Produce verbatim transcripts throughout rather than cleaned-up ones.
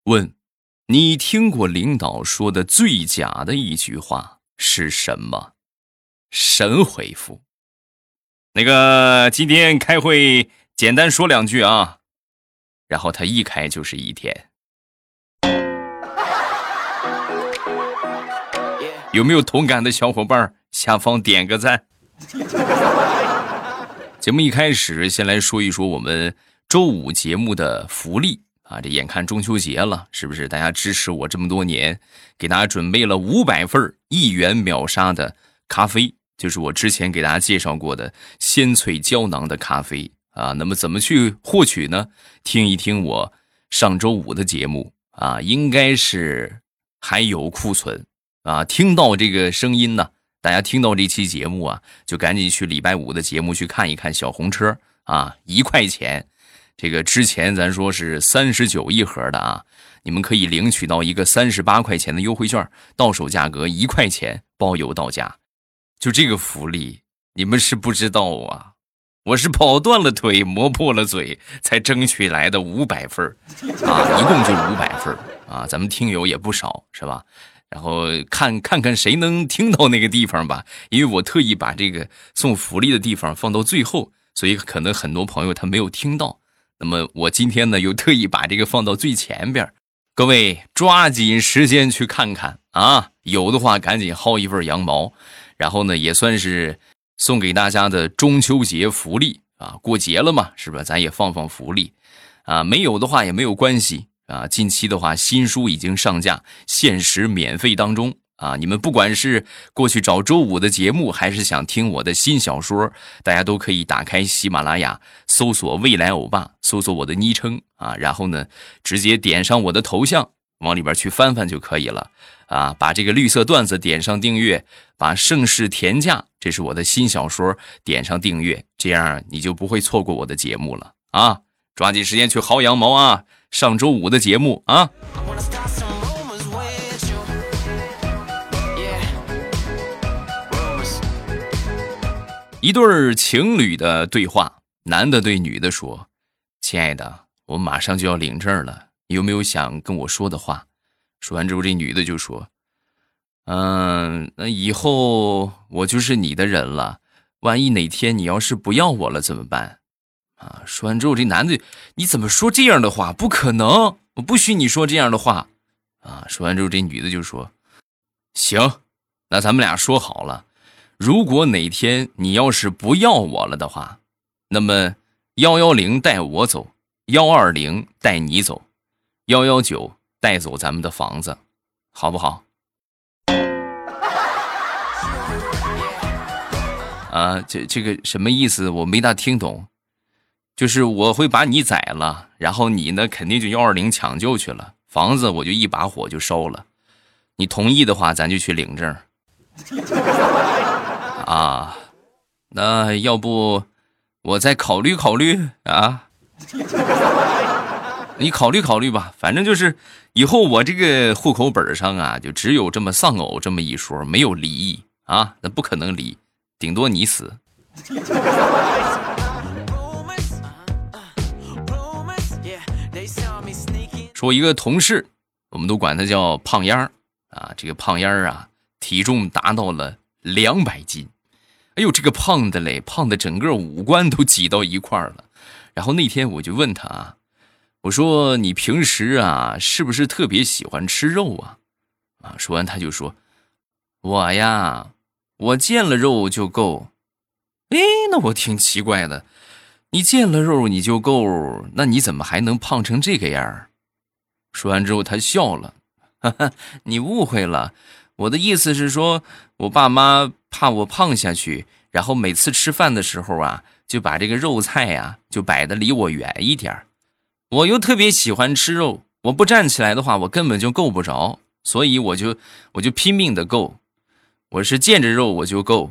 问：你听过领导说的最假的一句话是什么？神回复：那个今天开会简单说两句啊。然后他一开就是一天。有没有同感的小伙伴下方点个赞。节目一开始先来说一说我们周五节目的福利啊，这眼看中秋节了，是不是大家支持我这么多年，给大家准备了五百份一元秒杀的咖啡，就是我之前给大家介绍过的鲜萃胶囊的咖啡啊。那么怎么去获取呢？听一听我上周五的节目啊，应该是还有库存啊。听到这个声音呢，大家听到这期节目啊，就赶紧去礼拜五的节目去看一看小红车啊，一块钱。这个之前咱说是三十九一盒的啊，你们可以领取到一个三十八块钱的优惠券，到手价格一块钱，包邮到家。就这个福利，你们是不知道啊，我是跑断了腿，磨破了嘴，才争取来的五百份啊，一共就五百份啊，咱们听友也不少，是吧？然后看看看谁能听到那个地方吧，因为我特意把这个送福利的地方放到最后，所以可能很多朋友他没有听到。那么我今天呢又特意把这个放到最前边，各位抓紧时间去看看啊，有的话赶紧薅一份羊毛，然后呢也算是送给大家的中秋节福利啊，过节了嘛，是吧？咱也放放福利啊，没有的话也没有关系啊。近期的话新书已经上架，限时免费当中啊，你们不管是过去找周五的节目，还是想听我的新小说，大家都可以打开喜马拉雅，搜索未来欧巴，搜索我的昵称啊，然后呢直接点上我的头像，往里边去翻翻就可以了啊。把这个绿色段子点上订阅，把盛世田价，这是我的新小说，点上订阅，这样你就不会错过我的节目了啊。抓紧时间去薅羊毛啊，上周五的节目啊。一对情侣的对话，男的对女的说：亲爱的，我马上就要领证了，你有没有想跟我说的话？说完之后，这女的就说：嗯，那以后我就是你的人了，万一哪天你要是不要我了怎么办？啊！说完之后，这男的，你怎么说这样的话？不可能，我不许你说这样的话啊！说完之后，这女的就说：行，那咱们俩说好了，如果哪天你要是不要我了的话，那么一一零带我走，一二零带你走，一一九带走咱们的房子，好不好？啊，这这个什么意思？我没大听懂。就是我会把你宰了，然后你呢肯定就一二零抢救去了，房子我就一把火就烧了。你同意的话，咱就去领证。啊，那要不我再考虑考虑啊？你考虑考虑吧，反正就是以后我这个户口本上啊，就只有这么丧偶这么一说，没有离异啊，那不可能离，顶多你死。说一个同事，我们都管他叫胖丫儿啊，这个胖丫儿啊，体重达到了两百斤，哎呦，这个胖的嘞，胖的整个五官都挤到一块儿了。然后那天我就问他啊，我说你平时啊，是不是特别喜欢吃肉啊？啊，说完他就说，我呀，我见了肉就够。哎，那我挺奇怪的，你见了肉你就够，那你怎么还能胖成这个样儿？说完之后他笑了，哈哈，你误会了，我的意思是说，我爸妈怕我胖下去，然后每次吃饭的时候啊，就把这个肉菜啊就摆得离我远一点。我又特别喜欢吃肉，我不站起来的话，我根本就够不着，所以我就我就拼命的够，我是见着肉我就够。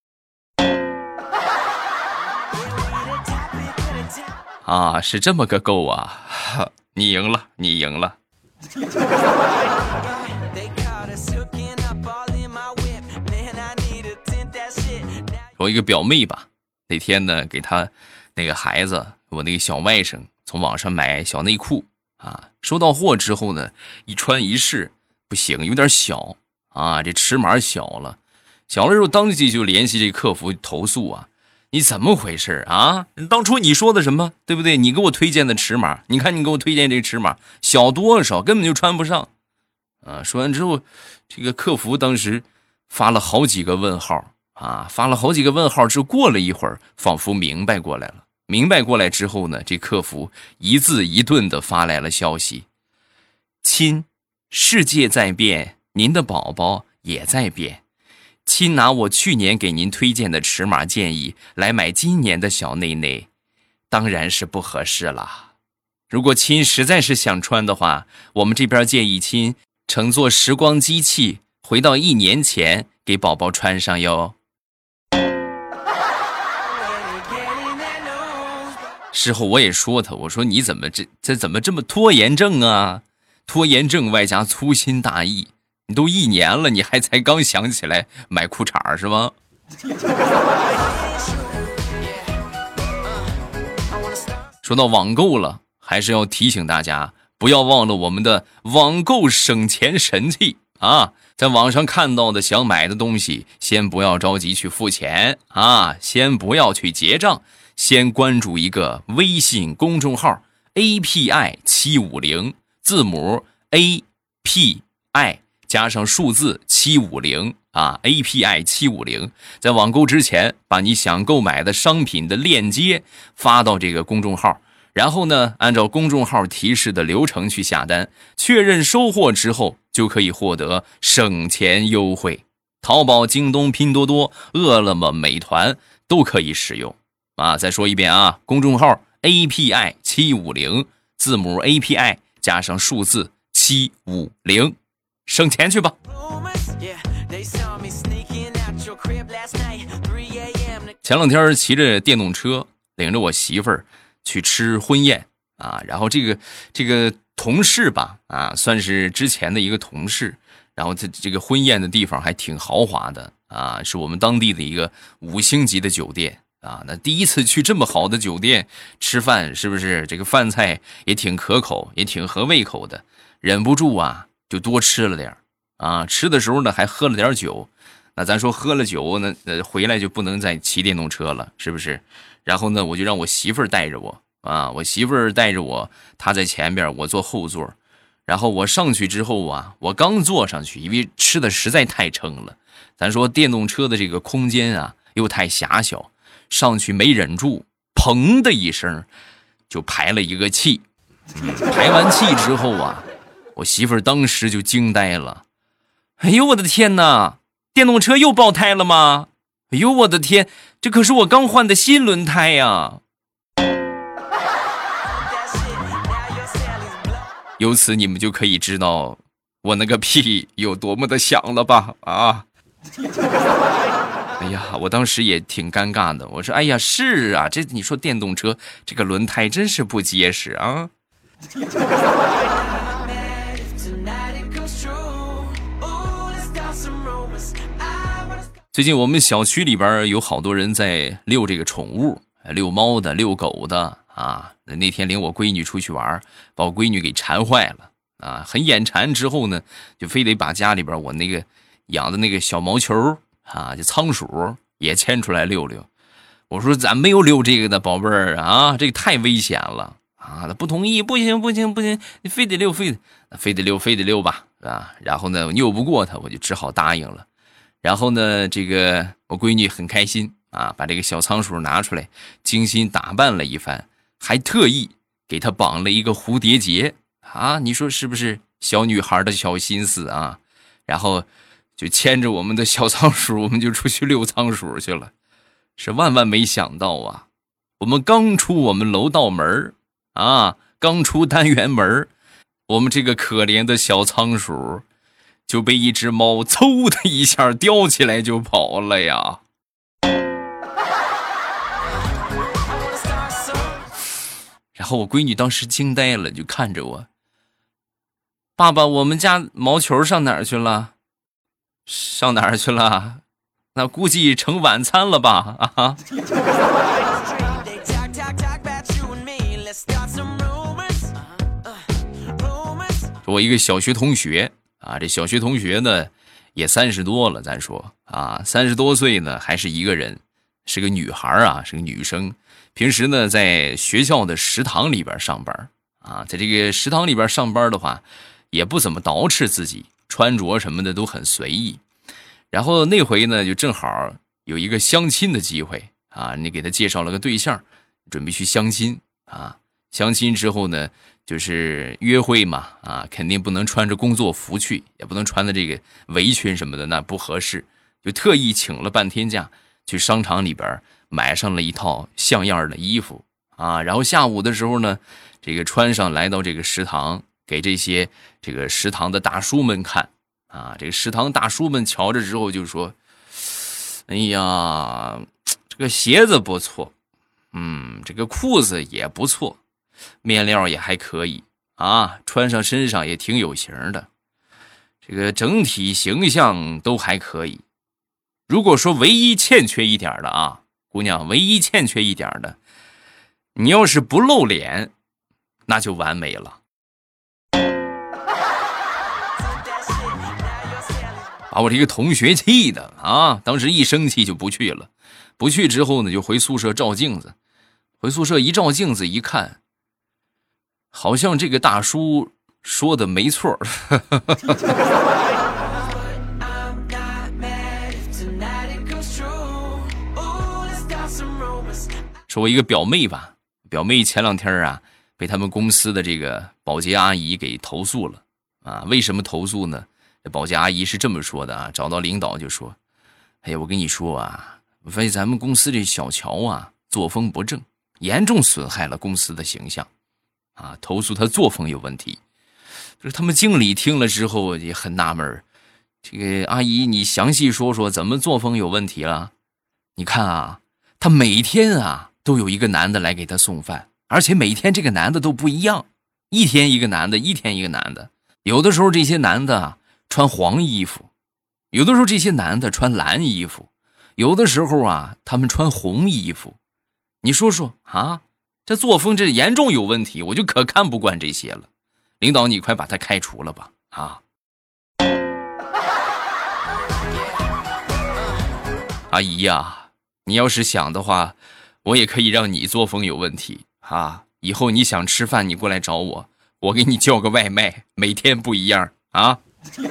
啊，是这么个够啊！你赢了，你赢了。我一个表妹吧，那天呢给她那个孩子，我那个小外甥从网上买小内裤啊，收到货之后呢，一穿一试，不行，有点小啊，这尺码小了，小了之后当即就联系这客服投诉啊，你怎么回事啊？当初你说的什么，对不对？你给我推荐的尺码，你看你给我推荐这个尺码小多少，根本就穿不上啊！说完之后，这个客服当时发了好几个问号啊，发了好几个问号，之后过了一会儿，仿佛明白过来了。明白过来之后呢，这客服一字一顿的发来了消息：亲，世界在变，您的宝宝也在变。亲拿我去年给您推荐的尺码建议来买今年的小内内，当然是不合适了。如果亲实在是想穿的话，我们这边建议亲乘坐时光机器回到一年前给宝宝穿上哟。事后我也说他，我说你怎么这这怎么这么拖延症啊？拖延症外加粗心大意，你都一年了，你还才刚想起来买裤衩是吗？说到网购了，还是要提醒大家，不要忘了我们的网购省钱神器啊！在网上看到的想买的东西，先不要着急去付钱啊，先不要去结账。先关注一个微信公众号 A P I 七五零， 字母 A P I 加上数字七五零啊 A P I 七五零， 在网购之前把你想购买的商品的链接发到这个公众号，然后呢按照公众号提示的流程去下单，确认收货之后就可以获得省钱优惠。淘宝、京东、拼多多、饿了么、美团都可以使用啊，再说一遍啊，公众号 A P I 七五零， 字母 A P I 加上数字七五零，省钱去吧。前两天骑着电动车领着我媳妇儿去吃婚宴啊，然后这个这个同事吧啊，算是之前的一个同事，然后这这个婚宴的地方还挺豪华的啊，是我们当地的一个五星级的酒店。啊，那第一次去这么好的酒店吃饭，是不是这个饭菜也挺可口，也挺合胃口的？忍不住啊，就多吃了点啊。吃的时候呢，还喝了点酒。那咱说喝了酒呢，呃，回来就不能再骑电动车了，是不是？然后呢，我就让我媳妇儿带着我啊，我媳妇儿带着我，她在前边，我坐后座。然后我上去之后啊，我刚坐上去，因为吃的实在太撑了。咱说电动车的这个空间啊，又太狭小。上去没忍住，砰的一声就排了一个气。排完气之后啊，我媳妇儿当时就惊呆了。哎呦我的天哪，电动车又爆胎了吗？哎呦我的天，这可是我刚换的新轮胎呀！由此你们就可以知道我那个屁有多么的响了吧？啊！哎呀，我当时也挺尴尬的。我说：“哎呀，是啊，这你说电动车这个轮胎真是不结实啊。”最近我们小区里边有好多人在遛这个宠物，遛猫的、遛狗的啊。那天领我闺女出去玩，把我闺女给馋坏了啊，很眼馋。之后呢，就非得把家里边我那个养的那个小毛球。啊，这仓鼠也牵出来溜溜。我说咱没有溜这个的宝贝儿啊，这个太危险了啊！他不同意，不行不行不行，你非得溜，非得非得溜，非得溜吧啊！然后呢，拗不过他，我就只好答应了。然后呢，这个我闺女很开心啊，把这个小仓鼠拿出来，精心打扮了一番，还特意给他绑了一个蝴蝶结啊！你说是不是小女孩的小心思啊？然后就牵着我们的小仓鼠，我们就出去遛仓鼠去了。是万万没想到啊，我们刚出我们楼道门啊，刚出单元门，我们这个可怜的小仓鼠就被一只猫嗖的一下叼起来就跑了呀。然后我闺女当时惊呆了，就看着我，爸爸，我们家毛球上哪儿去了？上哪儿去了？那估计成晚餐了吧？啊！ 说我一个小学同学啊，这小学同学呢也三十多了，咱说啊，三十多岁呢还是一个人，是个女孩啊，是个女生。平时呢在学校的食堂里边上班啊，在这个食堂里边上班的话，也不怎么捯饬自己，穿着什么的都很随意。然后那回呢就正好有一个相亲的机会啊，你给他介绍了个对象，准备去相亲啊。相亲之后呢，就是约会嘛啊，肯定不能穿着工作服去，也不能穿的这个围裙什么的，那不合适。就特意请了半天假，去商场里边买上了一套像样的衣服啊。然后下午的时候呢，这个穿上来到这个食堂，给这些这个食堂的大叔们看啊。这个食堂大叔们瞧着之后就说：“哎呀，这个鞋子不错，嗯，这个裤子也不错。”面料也还可以啊，穿上身上也挺有型的，这个整体形象都还可以。如果说唯一欠缺一点的啊，姑娘，唯一欠缺一点的，你要是不露脸，那就完美了。把我这个同学气的啊，当时一生气就不去了。不去之后呢，就回宿舍照镜子。回宿舍一照镜子一看，好像这个大叔说的没错。说我一个表妹吧，表妹前两天啊被他们公司的这个保洁阿姨给投诉了啊。为什么投诉呢？这保洁阿姨是这么说的啊，找到领导就说：“哎呀，我跟你说啊，我发现咱们公司这小乔啊作风不正，严重损害了公司的形象。”啊，投诉他作风有问题。就是他们经理听了之后也很纳闷，这个阿姨你详细说说怎么作风有问题了？你看啊，他每天啊都有一个男的来给他送饭，而且每天这个男的都不一样，一天一个男的，一天一个男的。有的时候这些男的啊穿黄衣服，有的时候这些男的穿蓝衣服，有的时候啊他们穿红衣服。你说说啊，这作风这严重有问题，我就可看不惯这些了。领导你快把他开除了吧啊！阿姨呀、啊，你要是想的话，我也可以让你作风有问题啊。以后你想吃饭你过来找我，我给你叫个外卖，每天不一样啊。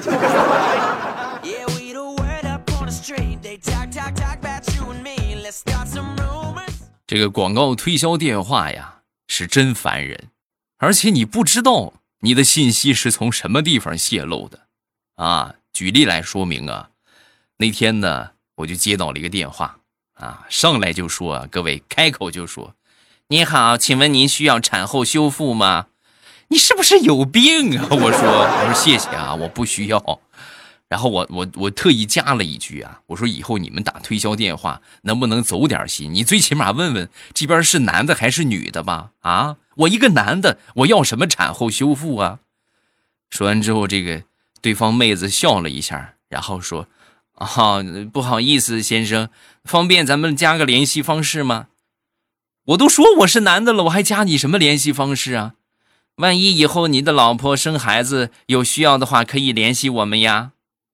这个广告推销电话呀是真烦人，而且你不知道你的信息是从什么地方泄露的啊。举例来说明啊，那天呢我就接到了一个电话啊，上来就说啊，各位开口就说：“你好，请问您需要产后修复吗？”你是不是有病啊？我说我说谢谢啊，我不需要。然后我我我特意加了一句啊，我说以后你们打推销电话能不能走点心？你最起码问问这边是男的还是女的吧？啊，我一个男的，我要什么产后修复啊？说完之后，这个对方妹子笑了一下，然后说：“啊，不好意思，先生，方便咱们加个联系方式吗？”我都说我是男的了，我还加你什么联系方式啊？万一以后你的老婆生孩子有需要的话，可以联系我们呀。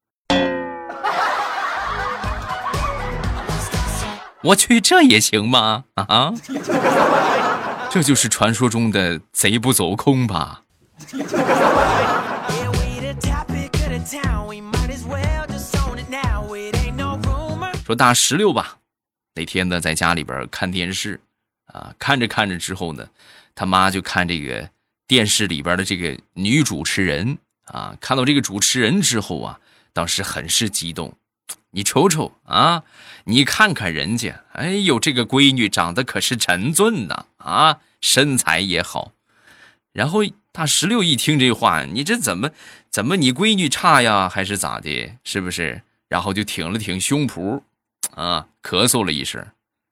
我去，这也行吗？啊，这就是传说中的贼不走空吧？说大石榴吧，那天呢在家里边看电视啊，看着看着之后呢，他妈就看这个电视里边的这个女主持人啊，看到这个主持人之后啊，当时很是激动。你瞅瞅啊，你看看人家，哎呦，这个闺女长得可是陈俊呐，啊，身材也好。然后大石榴一听这话，你这怎么怎么你闺女差呀，还是咋的？是不是？然后就挺了挺胸脯，啊，咳嗽了一声。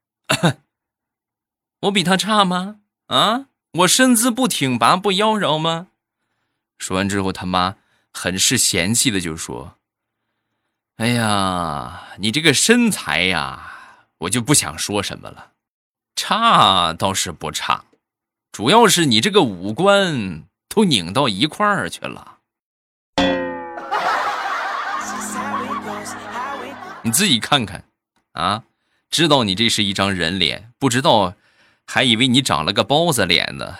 我比她差吗？啊，我身姿不挺拔不妖娆吗？说完之后，他妈很是嫌弃的就说：“哎呀，你这个身材呀，我就不想说什么了，差倒是不差，主要是你这个五官都拧到一块儿去了你自己看看啊，知道你这是一张人脸，不知道还以为你长了个包子脸呢。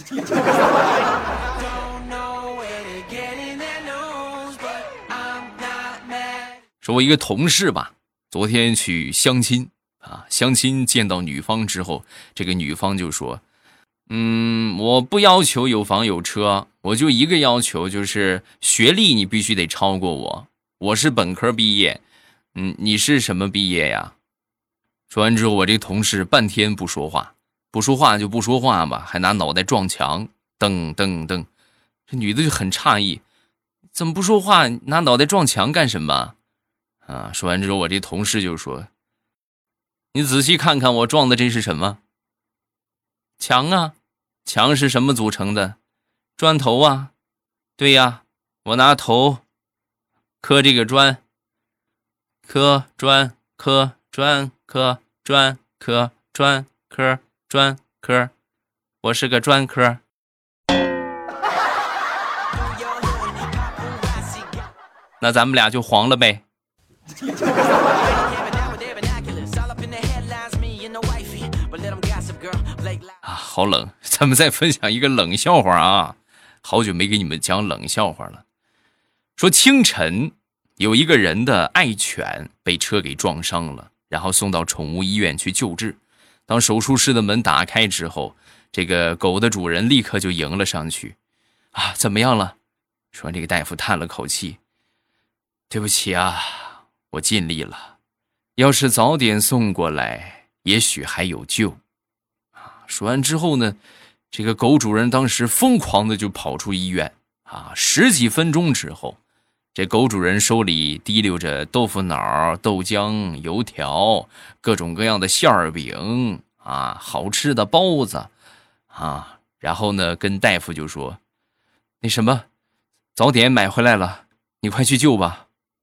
说我一个同事吧，昨天去相亲啊，相亲见到女方之后，这个女方就说，嗯，我不要求有房有车，我就一个要求，就是学历你必须得超过我，我是本科毕业，嗯，你是什么毕业呀？说完之后，我这同事半天不说话，不说话就不说话吧，还拿脑袋撞墙，噔噔噔，这女的就很诧异，怎么不说话，拿脑袋撞墙干什么？啊！说完之后，我这同事就说：“你仔细看看我撞的这是什么？墙啊，墙是什么组成的？砖头啊，对呀，我拿头磕这个砖，磕砖磕砖磕砖磕砖磕砖磕，我是个砖磕。”那咱们俩就黄了呗。啊，好冷！咱们再分享一个冷笑话啊！好久没给你们讲冷笑话了。说清晨有一个人的爱犬被车给撞伤了，然后送到宠物医院去救治。当手术室的门打开之后，这个狗的主人立刻就迎了上去。啊，怎么样了？说这个大夫叹了口气，对不起啊，我尽力了，要是早点送过来，也许还有救。啊，说完之后呢，这个狗主人当时疯狂的就跑出医院啊，十几分钟之后，这狗主人手里提溜着豆腐脑、豆浆、油条，各种各样的馅儿饼啊，好吃的包子啊，然后呢，跟大夫就说，那什么，早点买回来了，你快去救吧。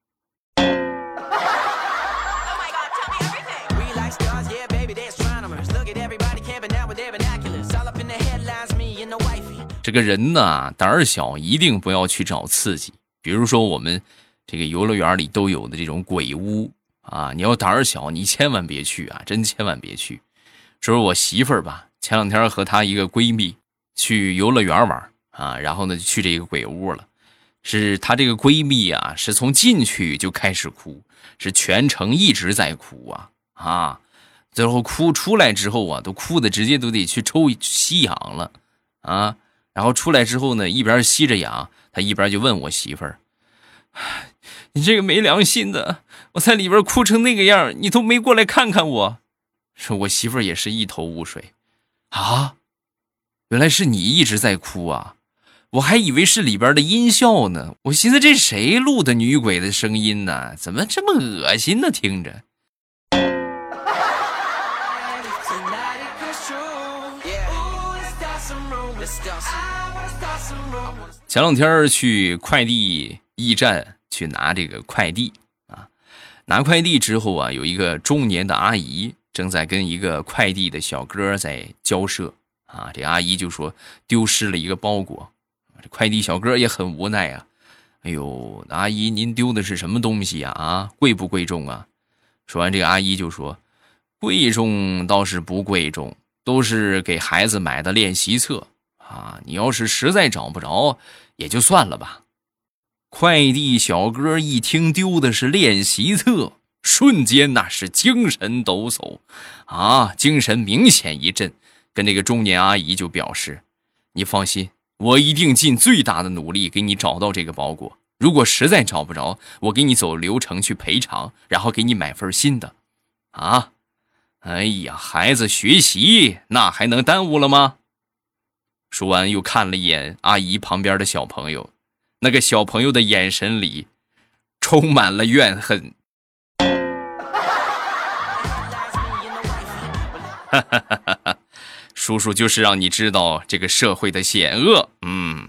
这个人呢，胆儿小，一定不要去找刺激。比如说我们这个游乐园里都有的这种鬼屋啊，你要胆儿小，你千万别去啊，真千万别去。说我媳妇儿吧，前两天和她一个闺蜜去游乐园玩啊，然后呢去这个鬼屋了。是她这个闺蜜啊，是从进去就开始哭，是全程一直在哭啊啊，最后哭出来之后啊，都哭的直接都得去抽吸氧了啊。然后出来之后呢，一边吸着氧，他一边就问我媳妇儿，你这个没良心的，我在里边哭成那个样，你都没过来看看我。说我媳妇儿也是一头雾水啊，原来是你一直在哭啊，我还以为是里边的音效呢，我寻思这谁录的女鬼的声音呢，怎么这么恶心呢，听着。前两天去快递驿站去拿这个快递啊，拿快递之后啊，有一个中年的阿姨正在跟一个快递的小哥在交涉啊，这阿姨就说丢失了一个包裹，这快递小哥也很无奈啊，哎呦，阿姨您丢的是什么东西啊？啊，贵不贵重啊？说完这个阿姨就说，贵重倒是不贵重，都是给孩子买的练习册啊，你要是实在找不着也就算了吧。快递小哥一听丢的是练习册，瞬间那是精神抖擞啊，精神明显一振，跟这个中年阿姨就表示，你放心，我一定尽最大的努力给你找到这个包裹，如果实在找不着，我给你走流程去赔偿，然后给你买份新的啊。哎呀，孩子学习那还能耽误了吗？说完又看了一眼阿姨旁边的小朋友，那个小朋友的眼神里充满了怨恨。叔叔就是让你知道这个社会的险恶。嗯。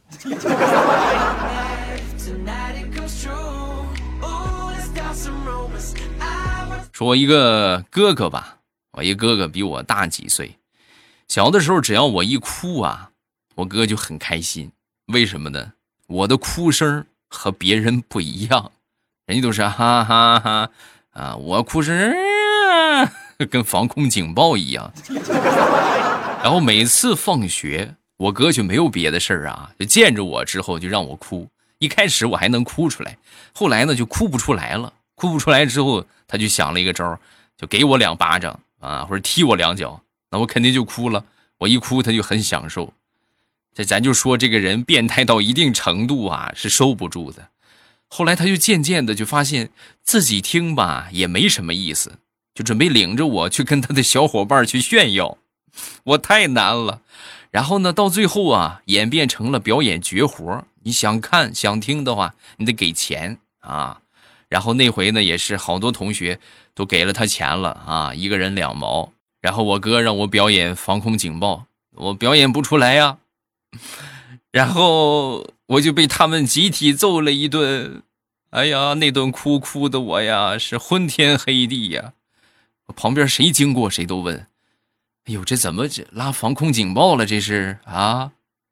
说我一个哥哥吧，我一哥哥比我大几岁，小的时候只要我一哭啊，我哥就很开心。为什么呢？我的哭声和别人不一样，人家都是哈哈哈啊，我哭是跟防空警报一样。然后每次放学，我哥就没有别的事儿啊，就见着我之后就让我哭。一开始我还能哭出来，后来呢就哭不出来了。哭不出来之后，他就想了一个招，就给我两巴掌啊，或者踢我两脚，那我肯定就哭了。我一哭，他就很享受。这咱就说这个人变态到一定程度啊，是收不住的。后来他就渐渐的就发现自己听吧也没什么意思，就准备领着我去跟他的小伙伴去炫耀。我太难了。然后呢，到最后啊，演变成了表演绝活。你想看想听的话，你得给钱啊。然后那回呢，也是好多同学都给了他钱了啊，一个人两毛。然后我哥让我表演防空警报，我表演不出来呀。然后我就被他们集体揍了一顿。哎呀，那顿哭哭的我呀，是昏天黑地呀。旁边谁经过谁都问，哎呦，这怎么这拉防空警报了？这是啊？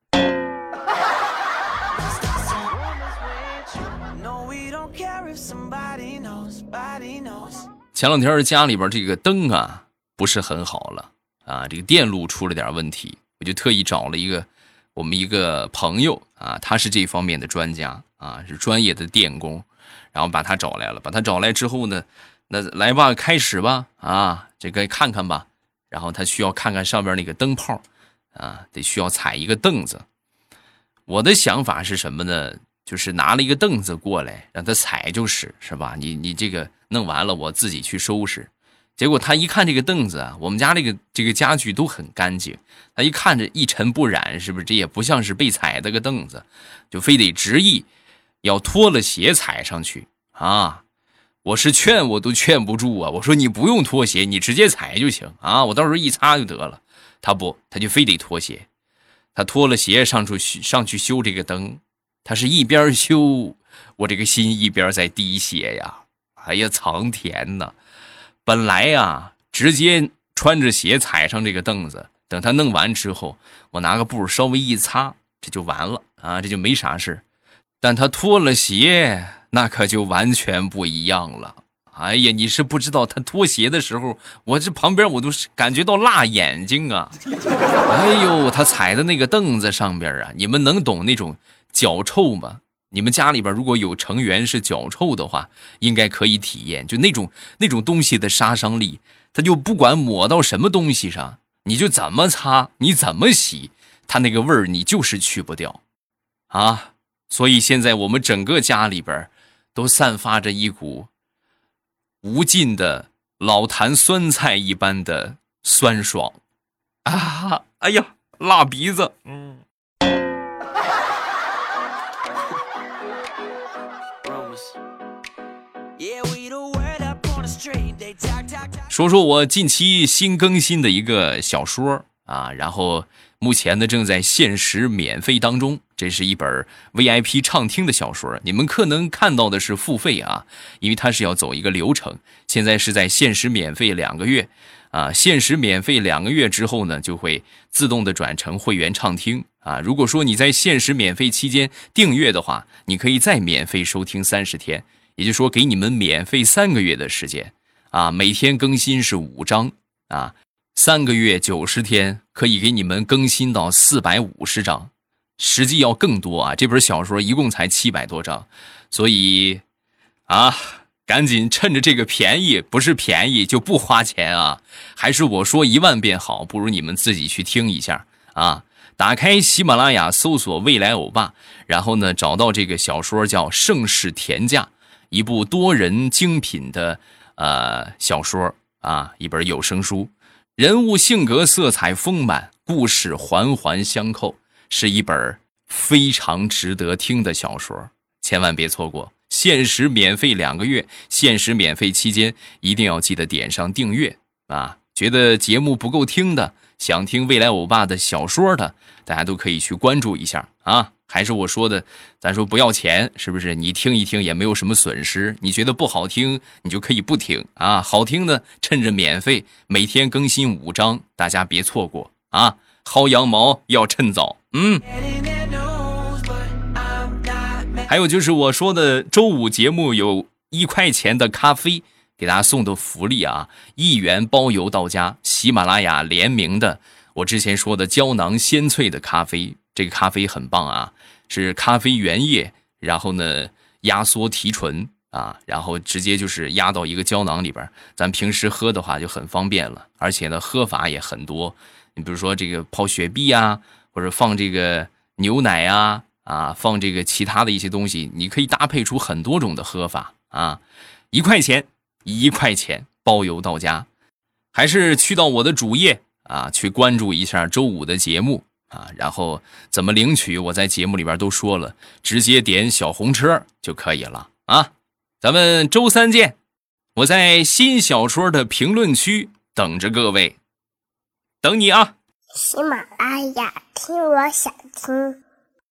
前两天家里边这个灯啊不是很好了啊，这个电路出了点问题，我就特意找了一个我们一个朋友啊，他是这方面的专家啊，是专业的电工，然后把他找来了。把他找来之后呢，那来吧，开始吧啊，这个看看吧。然后他需要看看上面那个灯泡啊，得需要踩一个凳子。我的想法是什么呢？就是拿了一个凳子过来让他踩就是是吧，你你这个弄完了我自己去收拾。结果他一看这个凳子啊，我们家这个这个家具都很干净，他一看着一尘不染，是不是这也不像是被踩的个凳子，就非得执意要脱了鞋踩上去啊。我是劝我都劝不住啊，我说你不用脱鞋，你直接踩就行啊，我到时候一擦就得了。他不，他就非得脱鞋。他脱了鞋上去上去修这个灯，他是一边修，我这个心一边在滴血呀。哎呀，苍天呐！本来呀，直接穿着鞋踩上这个凳子，等他弄完之后，我拿个布稍微一擦，这就完了啊，这就没啥事。但他脱了鞋，那可就完全不一样了。哎呀，你是不知道，他脱鞋的时候，我这旁边我都是感觉到辣眼睛啊！哎呦，他踩的那个凳子上边啊，你们能懂那种脚臭吗？你们家里边如果有成员是脚臭的话，应该可以体验，就那种那种东西的杀伤力，它就不管抹到什么东西上，你就怎么擦，你怎么洗，它那个味儿你就是去不掉啊！所以现在我们整个家里边都散发着一股无尽的老坛酸菜一般的酸爽啊！哎呀，辣鼻子，嗯。说说我近期新更新的一个小说啊，然后目前呢正在限时免费当中。这是一本 V I P 畅听的小说，你们可能看到的是付费啊，因为它是要走一个流程。现在是在限时免费两个月啊，限时免费两个月之后呢，就会自动的转成会员畅听啊。如果说你在限时免费期间订阅的话，你可以再免费收听三十天，也就是说给你们免费三个月的时间啊，每天更新是五章啊，三个月九十天可以给你们更新到四百五十章。实际要更多啊，这本小说一共才七百多章，所以啊，赶紧趁着这个便宜，不是便宜就不花钱啊，还是我说一万遍好，不如你们自己去听一下啊。打开喜马拉雅搜索未来欧巴，然后呢找到这个小说叫《盛世田价》，一部多人精品的呃小说啊，一本有声书，人物性格色彩丰满，故事环环相扣，是一本非常值得听的小说，千万别错过。限时免费两个月，限时免费期间一定要记得点上订阅啊！觉得节目不够听的，想听未来欧巴的小说的，大家都可以去关注一下啊！还是我说的，咱说不要钱，是不是？你听一听也没有什么损失，你觉得不好听，你就可以不听啊！好听的，趁着免费，每天更新五章，大家别错过啊！薅羊毛要趁早，嗯。还有就是我说的周五节目有一块钱的咖啡， 给大家送的福利啊，一元包邮到家，喜马拉雅联名的我之前说的胶囊鲜萃的咖啡，这个咖啡很棒啊，是咖啡原液，然后呢压缩提纯啊，然后直接就是压到一个胶囊里边，咱平时喝的话就很方便了，而且呢喝法也很多，你比如说这个泡雪碧啊，或者放这个牛奶啊，啊放这个其他的一些东西，你可以搭配出很多种的喝法啊，一块钱一块钱包邮到家，还是去到我的主页啊，去关注一下周五的节目啊，然后怎么领取我在节目里边都说了，直接点小红车就可以了啊。咱们周三见，我在新小说的评论区等着各位，等你啊。 喜马拉雅听我想听。